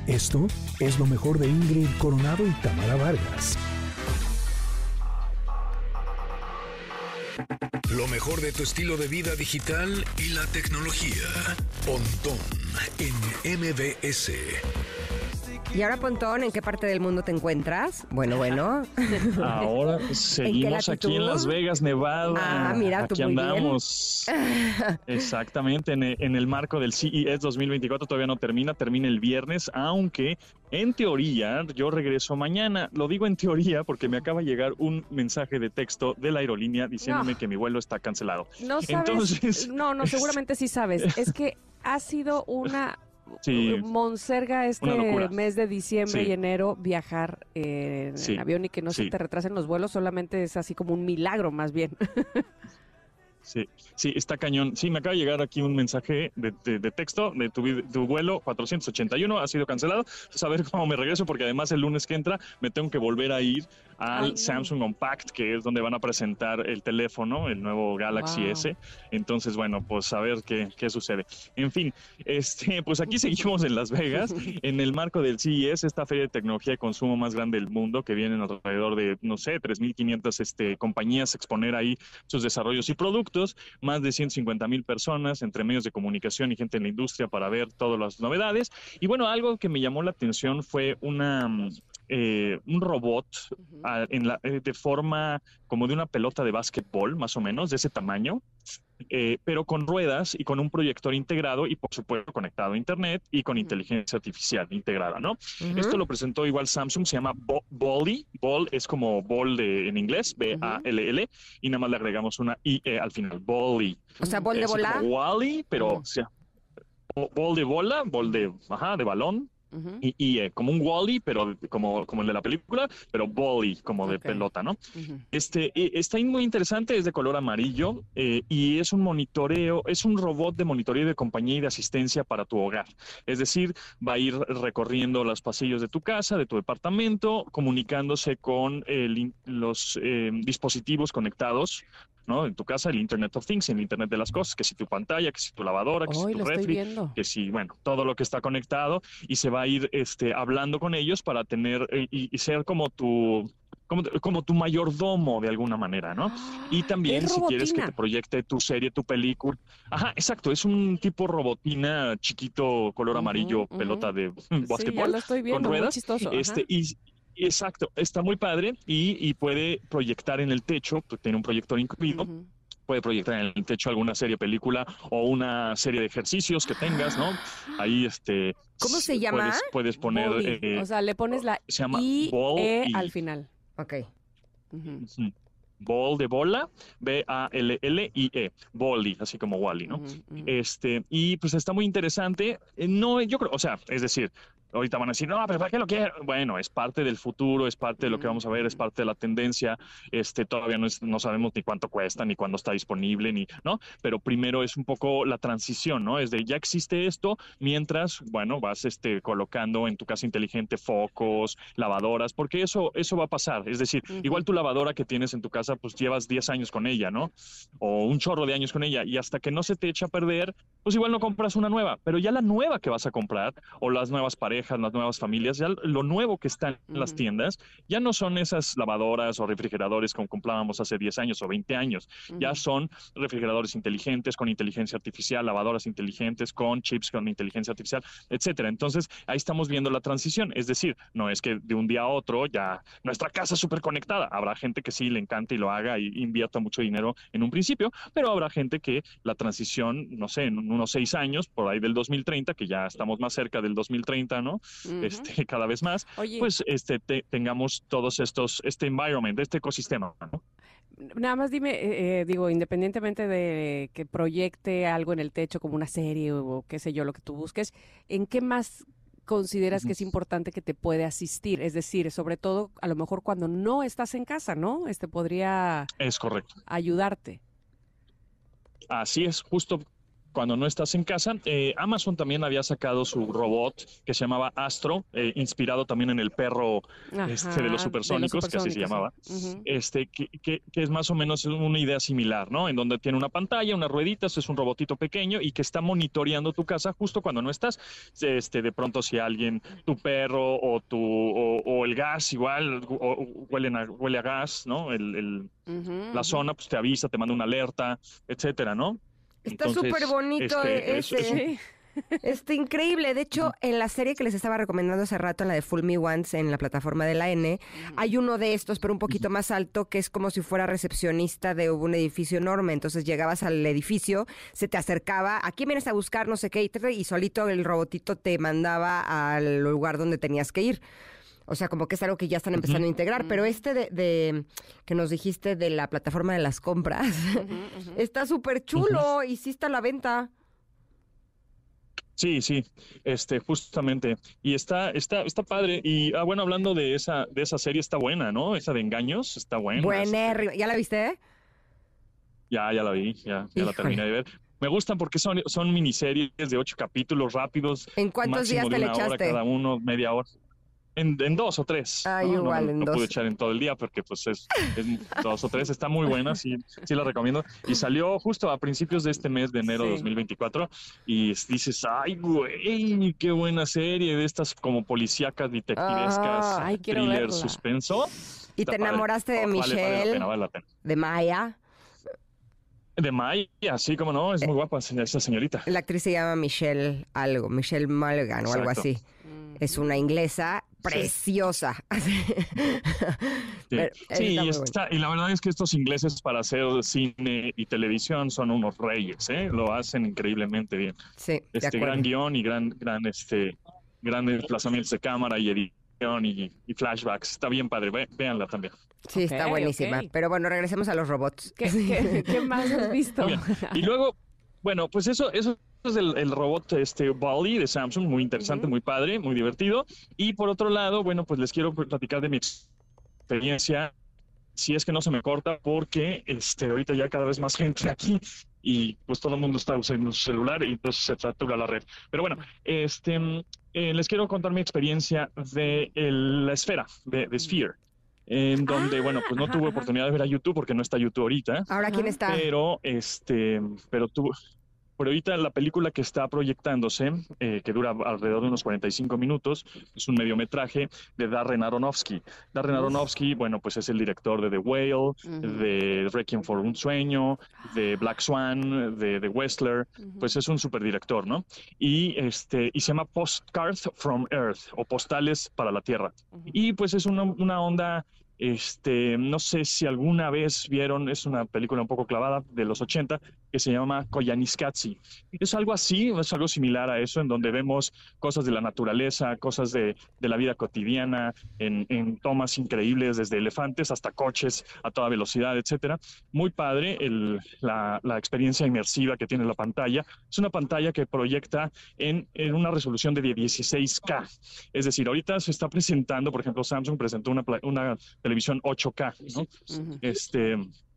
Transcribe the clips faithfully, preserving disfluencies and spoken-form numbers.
Esto es lo mejor de Ingrid Coronado y Tamara Vargas. Lo mejor de tu estilo de vida digital y la tecnología. Pontón en M B S. Y ahora, Pontón, ¿en qué parte del mundo te encuentras? Bueno, bueno. Ahora seguimos aquí en Las Vegas, Nevada. Ah, mira, tú aquí muy andamos. bien. Exactamente, en el, en el marco del C E S dos mil veinticuatro todavía no termina, termina el viernes, aunque en teoría yo regreso mañana. Lo digo en teoría porque me acaba de llegar un mensaje de texto de la aerolínea diciéndome No. que mi vuelo está cancelado. No sabes. Entonces, no, no, seguramente sí sabes. Es que ha sido una sí, monserga este una locura. mes de diciembre Sí. y enero viajar eh, en Sí. avión y que no Sí. se te retrasen los vuelos, solamente es así como un milagro más bien. Sí, sí, está cañón. Sí, me acaba de llegar aquí un mensaje de, de, de texto de tu, vid- tu vuelo cuatrocientos ochenta y uno ha sido cancelado. Pues a ver cómo me regreso, porque además el lunes que entra me tengo que volver a ir al Ay, no. Samsung Unpacked, que es donde van a presentar el teléfono, el nuevo Galaxy Wow. S. Entonces, bueno, pues a ver qué, qué sucede. En fin, este, pues aquí seguimos en Las Vegas, en el marco del C E S, esta feria de tecnología de consumo más grande del mundo, que vienen alrededor de, no sé, tres mil quinientas este, compañías a exponer ahí sus desarrollos y productos, más de ciento cincuenta mil personas entre medios de comunicación y gente en la industria para ver todas las novedades. Y bueno, algo que me llamó la atención fue una mm, eh, un robot Ujú. ah, en la, eh, de forma como de una pelota de básquetbol, más o menos, de ese tamaño, eh, pero con ruedas y con un proyector integrado y por supuesto conectado a internet y con Ujú. inteligencia artificial integrada, ¿no? Ujú. Esto lo presentó igual Samsung, se llama Bo- Bolly. Ball es como ball de, en inglés, B A L L, y nada más le agregamos una I E al final, Bolly. O sea, bol de Es bola. como Wally, pero Ujú. o sea, bo- ball de bola, ball de, ajá, de balón, Ujú. y, y eh, como un Wally, pero como, como el de la película, pero Bolly, como de Ok. pelota, ¿no? Ujú. Este, eh, está ahí muy interesante, es de color amarillo eh, y es un monitoreo, es un robot de monitoreo de compañía y de asistencia para tu hogar. Es decir, va a ir recorriendo los pasillos de tu casa, de tu departamento, comunicándose con el in- los eh, dispositivos conectados, ¿no? En tu casa, el Internet of Things, el Internet de las cosas, que si tu pantalla, que si tu lavadora, que si Hoy tu lo estoy refri, viendo. que si, bueno, todo lo que está conectado, y se va a ir este, hablando con ellos para tener eh, y, y ser como tu como, como tu mayordomo de alguna manera, ¿no? Y ¡Ah! también Es si quieres que te robotina. proyecte tu serie, tu película. Ajá, exacto, es un tipo robotina chiquito, color Ujú, amarillo, ujú. pelota de Sí, ya básquetbol lo estoy con viendo, muy ruedas. chistoso. Este, Ajá. y exacto, está muy padre y, y puede proyectar en el techo, pues, tiene un proyector incluido. Ujú. Puede proyectar en el techo alguna serie, película o una serie de ejercicios que tengas, ¿no? Ahí, este, ¿Cómo se s- llama? puedes, puedes poner, Bolly. O eh, sea, le pones la se llama I Ball E al y final. Ok. Ujú, Ujú. Ball de bola, B A L L I E, Bolly, así como Wally, ¿no? ujú, ujú. Este, y pues está muy interesante. Eh, No, yo creo, o sea, es decir, ahorita van a decir, no, pero ¿para qué lo quiero? Bueno, es parte del futuro, es parte de lo que vamos a ver, es Ujú. parte de la tendencia. Este, todavía no, es- no sabemos ni cuánto cuesta, ni cuándo está disponible, ni, ¿no? Pero primero es un poco la transición, ¿no? Es de ya existe esto, mientras, bueno, vas este, colocando en tu casa inteligente focos, lavadoras, porque eso, eso va a pasar. Es decir, igual Ujú. tu lavadora que tienes en tu casa, pues llevas diez años con ella, ¿no? O un chorro de años con ella, y hasta que no se te echa a perder, pues igual no compras una nueva, pero ya la nueva que vas a comprar, o las nuevas parejas, las nuevas familias, ya lo nuevo que está en las Ujú. tiendas, ya no son esas lavadoras o refrigeradores como comprábamos hace diez años o veinte años, ya Ujú. son refrigeradores inteligentes con inteligencia artificial, lavadoras inteligentes con chips con inteligencia artificial, etcétera. Entonces, ahí estamos viendo la transición, es decir, no es que de un día a otro ya nuestra casa es súper conectada, habrá gente que sí le encanta y lo haga y invierta mucho dinero en un principio, pero habrá gente que la transición, no sé, en unos seis años, por ahí del dos mil treinta, que ya estamos más cerca del dos mil treinta, ¿no? Ujú. Este, cada vez más, Oye, pues este, te- tengamos todos estos, este environment, este ecosistema, ¿no? nada más dime, eh, eh, digo, independientemente de que proyecte algo en el techo como una serie o qué sé yo, lo que tú busques, ¿en qué más consideras que Ujú. es importante que te puede asistir? Es decir, sobre todo a lo mejor cuando no estás en casa, ¿no? Este podría Es correcto. ayudarte. Así es, justo cuando no estás en casa. Eh, Amazon también había sacado su robot que se llamaba Astro, eh, inspirado también en el perro Ajá, este, de los supersónicos, de los que así se llamaba, sí. Uh-huh. este, que, que, que es más o menos una idea similar, ¿no? En donde tiene una pantalla, unas rueditas, es un robotito pequeño y que está monitoreando tu casa justo cuando no estás. Este, de pronto si alguien, tu perro o, tu, o, o el gas igual, o, o huele, a, huele a gas, ¿no? El, el, Uh-huh, la uh-huh. zona pues te avisa, te manda una alerta, etcétera, ¿no? Está súper bonito este, ese. es- es un- Sí. Está increíble. De hecho, en la serie que les estaba recomendando hace rato, en la de Fool Me Once, en la plataforma de la N, hay uno de estos, pero un poquito más alto, que es como si fuera recepcionista de un edificio enorme. Entonces llegabas al edificio, se te acercaba, ¿a quién vienes a buscar? No sé qué, y, te- y solito el robotito te mandaba al lugar donde tenías que ir. O sea, como que es algo que ya están empezando a integrar. Pero este de, de que nos dijiste de la plataforma de las compras, Ujú, ujú. está súper chulo y sí está a la venta. Sí, sí, este, justamente. Y está, está, está padre. Y ah, bueno, hablando de esa, de esa serie, está buena, ¿no? Esa de engaños, está buena. Buenérrimo. ¿Ya la viste? Ya, ya la vi, ya, ya la Híjole. terminé de ver. Me gustan porque son, son miniseries de ocho capítulos rápidos, ¿En cuántos máximo días de te le una hora echaste? cada uno, media hora. En, en dos o tres. Ah, ¿no? igual, no, en no dos. pude echar en todo el día porque pues es, es dos o tres. Está muy buena, sí, sí la recomiendo. Y salió justo a principios de este mes de enero de Sí. dos mil veinticuatro y dices, ay, güey, qué buena serie de estas como policíacas, detectivescas, Ah, ay, quiero thriller, verla. suspenso. ¿Y Está te padre. enamoraste de Vale, vale la Michelle, pena, vale la pena. de Maya? De Maya, sí, como no, es muy guapa esa señorita. La actriz se llama Michelle algo, Michelle Mulligan o algo Exacto. así. Es una inglesa preciosa. Sí, Pero Sí, está y, muy está- y la verdad es que estos ingleses para hacer cine y televisión son unos reyes, ¿eh? Lo hacen increíblemente bien. Sí, de Este acuerdo. gran guión y gran, gran, este, grandes desplazamientos de cámara y edición y, y flashbacks. Está bien padre, Ve- véanla también. Sí, está Ok, buenísima. ok. Pero bueno, regresemos a los robots. ¿Qué, qué, qué más has visto? Muy bien. Y luego, bueno, pues eso, eso es el, el robot este Wall-E de Samsung, muy interesante, Ujú. muy padre, muy divertido. Y por otro lado, bueno, pues les quiero platicar de mi experiencia, si es que no se me corta, porque este, ahorita ya cada vez más gente aquí y pues todo el mundo está usando su celular y entonces se satura la red. Pero bueno, este, mm, eh, les quiero contar mi experiencia de el- la esfera, de, de Sphere, en donde, Ah, bueno, pues no ajá, tuve ajá. oportunidad de ver a YouTube porque no está YouTube ahorita. Ahora, ¿quién Ajá. está? Pero, este, pero tú, por ahorita la película que está proyectándose, eh, que dura alrededor de unos cuarenta y cinco minutos, es un mediometraje de Darren Aronofsky. Darren Uf. Aronofsky, bueno, pues es el director de The Whale, Ujú. de Requiem for un Sueño, de Black Swan, de The Wrestler, Ujú. pues es un superdirector, ¿no? Y, este, y se llama Postcards from Earth, o Postales para la Tierra. Ujú. Y pues es una, una onda, este, no sé si alguna vez vieron, es una película un poco clavada de los ochenta que se llama Koyaanisqatsi. Es algo así, es algo similar a eso, en donde vemos cosas de la naturaleza, cosas de, de la vida cotidiana, en, en tomas increíbles, desde elefantes hasta coches a toda velocidad, etcétera. Muy padre el, la, la experiencia inmersiva que tiene la pantalla. Es una pantalla que proyecta en, en una resolución de dieciséis K. Es decir, ahorita se está presentando, por ejemplo, Samsung presentó una, pla- una televisión ocho K, ¿no? Ujú. Este,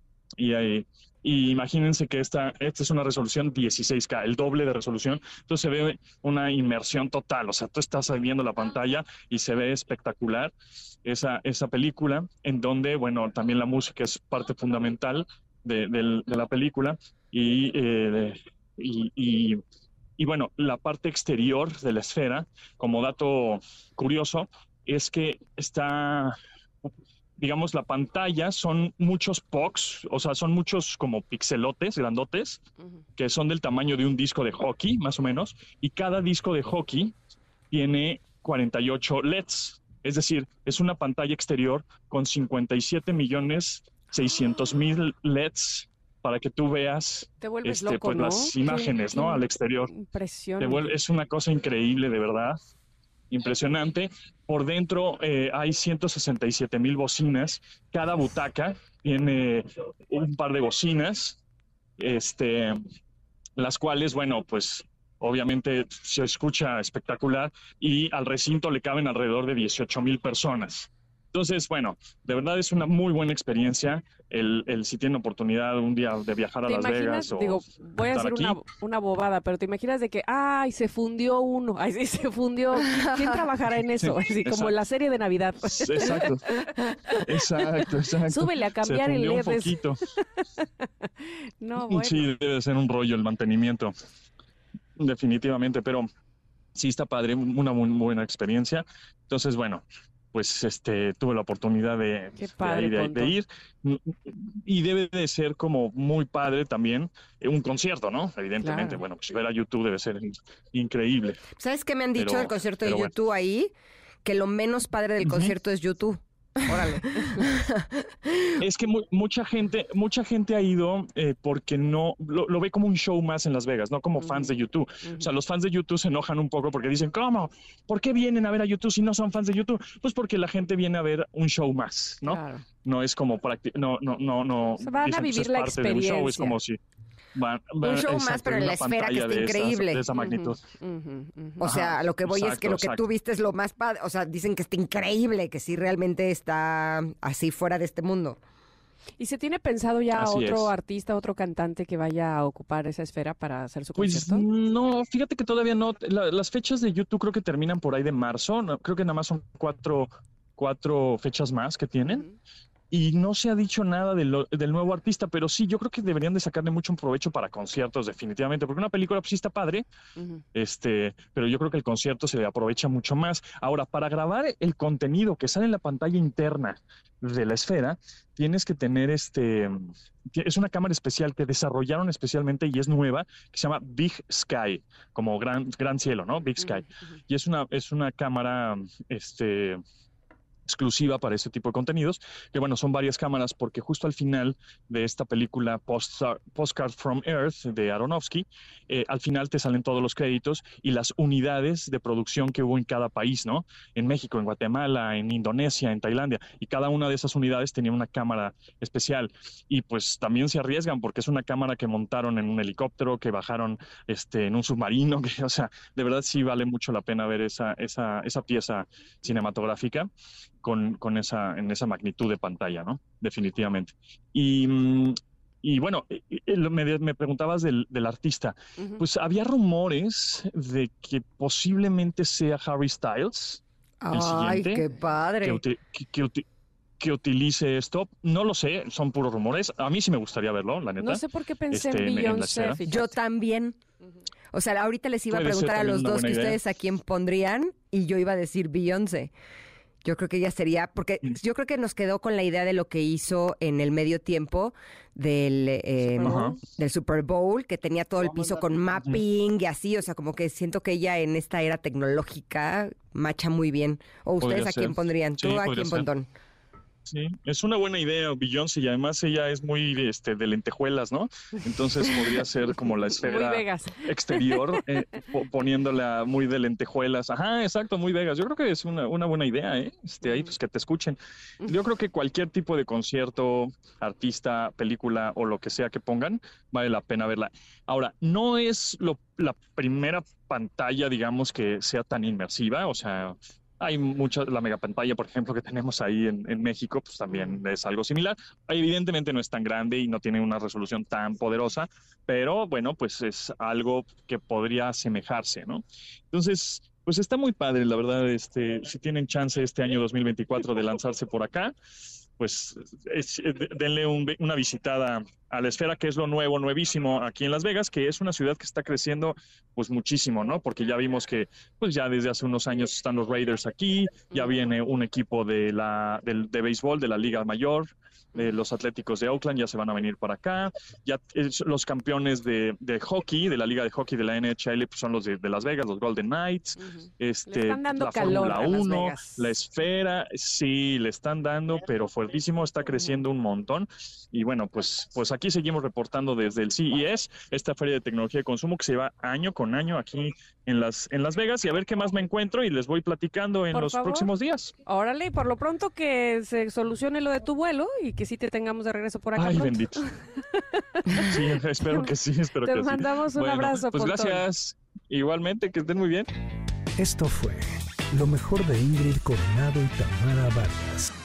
y, ahí- y imagínense que esta, esta es una resolución dieciséis K, el doble de resolución. Entonces se ve una inmersión total. O sea, tú estás viendo la pantalla y se ve espectacular esa, esa película, en donde, bueno, también la música es parte fundamental de, del- de la película. Y, eh, y, y, y bueno, la parte exterior de la esfera, como dato curioso, es que está, digamos, la pantalla son muchos P O Cs, o sea, son muchos como pixelotes grandotes, Ujú. que son del tamaño de un disco de hockey, más o menos, y cada disco de hockey tiene cuarenta y ocho L E Ds, es decir, es una pantalla exterior con cincuenta y siete millones seiscientos mil L E Ds para que tú veas Te vuelves este, loco, pues, ¿no? las Qué- imágenes, qué ¿no? Al exterior. Impresión. Te vuelve- es una cosa increíble, de verdad. Impresionante. Por dentro eh, hay ciento sesenta y siete mil bocinas. Cada butaca tiene un par de bocinas, este, las cuales, bueno, pues obviamente se escucha espectacular y al recinto le caben alrededor de dieciocho mil personas. Entonces, bueno, de verdad es una muy buena experiencia el, el si tienen oportunidad un día de viajar a ¿Te Las imaginas? Vegas o Digo, voy a estar hacer aquí. una, una bobada, pero te imaginas de que, ay, se fundió uno, ay, sí, se fundió. ¿Quién trabajará en eso? Sí, Así como exacto. en la serie de Navidad. Exacto, exacto, exacto. Súbele a cambiar Se el fundió L un E D. poquito. No, bueno. Sí, debe ser un rollo el mantenimiento, definitivamente, pero sí está padre, una muy buena experiencia. Entonces, bueno, pues este tuve la oportunidad de, Qué de, padre, ahí, de- de Pontón. ir y debe de ser como muy padre también eh, un concierto, ¿no? Evidentemente, Claro. bueno, pues ver a YouTube debe ser in- increíble. ¿Sabes qué me han dicho Pero- del concierto de pero bueno. YouTube ahí? Que lo menos padre del Ujú. concierto es YouTube. Órale. Es que mu- mucha gente, mucha gente ha ido eh, porque no lo, lo ve como un show más en Las Vegas, no como fans de YouTube. O sea, los fans de YouTube se enojan un poco porque dicen, ¿cómo? ¿Por qué vienen a ver a YouTube si no son fans de YouTube? Pues porque la gente viene a ver un show más, ¿no? Claro. No es como practi- no, no, no, no. Se van a dicen, pues, vivir es la parte de un show, es experiencia. como si van, Un van- show más, exacto, pero en una la esfera que pantalla está de esas- increíble. de esa magnitud. Ujú, ujú, ujú. O sea, Ajá, lo que voy es que exacto, lo que exacto. tú viste es lo más padre. O sea, dicen que está increíble, que sí realmente está así fuera de este mundo. ¿Y se tiene pensado ya Así otro es. artista, otro cantante que vaya a ocupar esa esfera para hacer su Pues concierto? no, fíjate que todavía no. La- las fechas de YouTube creo que terminan por ahí de marzo. No, creo que nada más son cuatro, cuatro fechas más que tienen. Ujú. Y no se ha dicho nada de lo- del nuevo artista, pero sí, yo creo que deberían de sacarle mucho un provecho para conciertos, definitivamente, porque una película pues sí está padre, Ujú. este, pero yo creo que el concierto se le aprovecha mucho más. Ahora, para grabar el contenido que sale en la pantalla interna de la esfera, tienes que tener este, ti- es una cámara especial que desarrollaron especialmente y es nueva, que se llama Big Sky, como gran, gran cielo, ¿no? Big Sky. Ujú, ujú. Y es una, es una cámara, este, exclusiva para este tipo de contenidos, que bueno, son varias cámaras porque justo al final de esta película Post Postcard from Earth de Aronofsky, eh, al final te salen todos los créditos y las unidades de producción que hubo en cada país, ¿no? En México, en Guatemala, en Indonesia, en Tailandia, y cada una de esas unidades tenía una cámara especial y pues también se arriesgan porque es una cámara que montaron en un helicóptero, que bajaron este, en un submarino, que, o sea, de verdad sí vale mucho la pena ver esa, esa, esa pieza cinematográfica con, con esa, en esa magnitud de pantalla, ¿no? Definitivamente. Y, mm, y bueno, eh, eh, me, me preguntabas del, del artista. Ujú. Pues había rumores de que posiblemente sea Harry Styles Ay, siguiente, qué padre. que, uti- que, que uti- que utilice esto. No lo sé, son puros rumores. A mí sí me gustaría verlo, la neta. No sé por qué pensé Este, en- en en la Beyoncé. esfera. fíjate. Yo también. Ujú. O sea, ahorita les iba a Puede ser preguntar a también los una dos que buena idea. ustedes a quién pondrían y yo iba a decir Beyoncé. Yo creo que ella sería, porque Mm. yo creo que nos quedó con la idea de lo que hizo en el medio tiempo del, eh, Super Bowl. Ajá. del Super Bowl, que tenía todo el piso con mapping y así, o sea, como que siento que ella en esta era tecnológica macha muy bien. ¿O ustedes Podría a quién ser. pondrían? Sí, ¿Tú a podría quién, ser. Pontón? Sí, es una buena idea, Beyoncé, y además ella es muy este, de lentejuelas, ¿no? Entonces podría ser como la Muy esfera Vegas. exterior, eh, po- poniéndola muy de lentejuelas. Ajá, exacto, muy Vegas. Yo creo que es una, una buena idea, ¿eh? Este, ahí, pues que te escuchen. Yo creo que cualquier tipo de concierto, artista, película o lo que sea que pongan, vale la pena verla. Ahora, no es lo, la primera pantalla, digamos, que sea tan inmersiva, o sea... Hay mucha, la megapantalla, por ejemplo, que tenemos ahí en, en México, pues también es algo similar. Evidentemente no es tan grande y no tiene una resolución tan poderosa, pero bueno, pues es algo que podría asemejarse, ¿no? Entonces, pues está muy padre, la verdad, este, si tienen chance este año dos mil veinticuatro de lanzarse por acá, pues es, eh, denle un, una visitada a la esfera, que es lo nuevo, nuevísimo aquí en Las Vegas, que es una ciudad que está creciendo pues muchísimo, ¿no? Porque ya vimos que pues ya desde hace unos años están los Raiders aquí, ya viene un equipo de la del, de béisbol de la Liga Mayor, de los Atléticos de Oakland ya se van a venir para acá, ya es, los campeones de, de hockey, de la Liga de Hockey de la N H L, pues son los de, de Las Vegas, los Golden Knights, Ujú. este, Le están dando la calor Fórmula a Las uno, Vegas. la esfera, sí, le están dando, pero fuertísimo, está creciendo un montón. Y bueno, pues, pues aquí seguimos reportando desde el C E S, esta feria de tecnología de consumo que se va año con año aquí en Las, en Las Vegas, y a ver qué más me encuentro y les voy platicando en Por los favor. próximos días. Órale, y por lo pronto que se solucione lo de tu vuelo y que sí te tengamos de regreso por acá Ay, pronto. bendito. Sí, espero que sí, espero Te que sí. mandamos un Bueno, abrazo, pues Pontón. gracias. Igualmente, que estén muy bien. Esto fue lo mejor de Ingrid Coronado y Tamara Vargas.